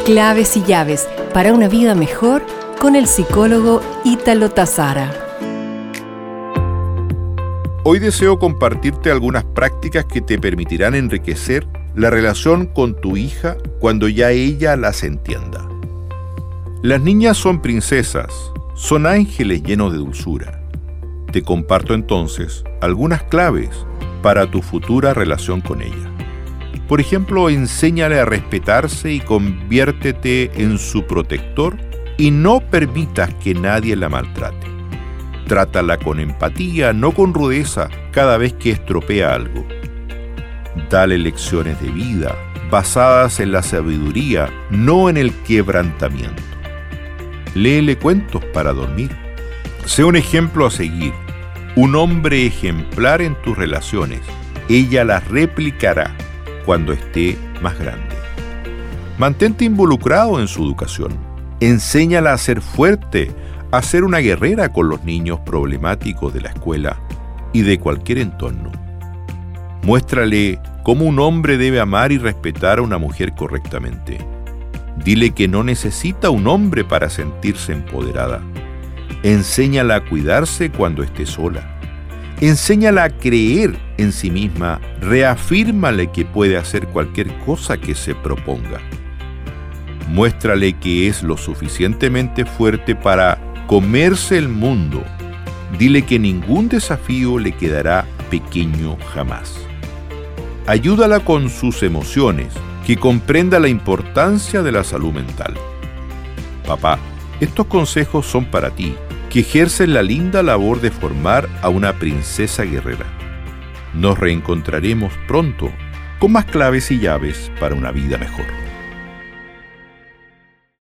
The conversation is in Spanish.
Claves y llaves para una vida mejor con el psicólogo Ítalo Tazara. Hoy deseo compartirte algunas prácticas que te permitirán enriquecer la relación con tu hija cuando ya ella las entienda. Las niñas son princesas, son ángeles llenos de dulzura. Te comparto entonces algunas claves para tu futura relación con ella. Por ejemplo, enséñale a respetarse y conviértete en su protector y no permitas que nadie la maltrate. Trátala con empatía, no con rudeza, cada vez que estropea algo. Dale lecciones de vida, basadas en la sabiduría, no en el quebrantamiento. Léele cuentos para dormir. Sé un ejemplo a seguir, un hombre ejemplar en tus relaciones. Ella las replicará cuando esté más grande. Mantente involucrado en su educación. Enséñala a ser fuerte, a ser una guerrera con los niños problemáticos de la escuela y de cualquier entorno. Muéstrale cómo un hombre debe amar y respetar a una mujer correctamente. Dile que no necesita un hombre para sentirse empoderada. Enséñala a cuidarse cuando esté sola. Enséñala a creer en sí misma. Reafírmale que puede hacer cualquier cosa que se proponga. Muéstrale que es lo suficientemente fuerte para comerse el mundo. Dile que ningún desafío le quedará pequeño jamás. Ayúdala con sus emociones, que comprenda la importancia de la salud mental. Papá, estos consejos son para ti, que ejerces la linda labor de formar a una princesa guerrera. Nos reencontraremos pronto con más claves y llaves para una vida mejor.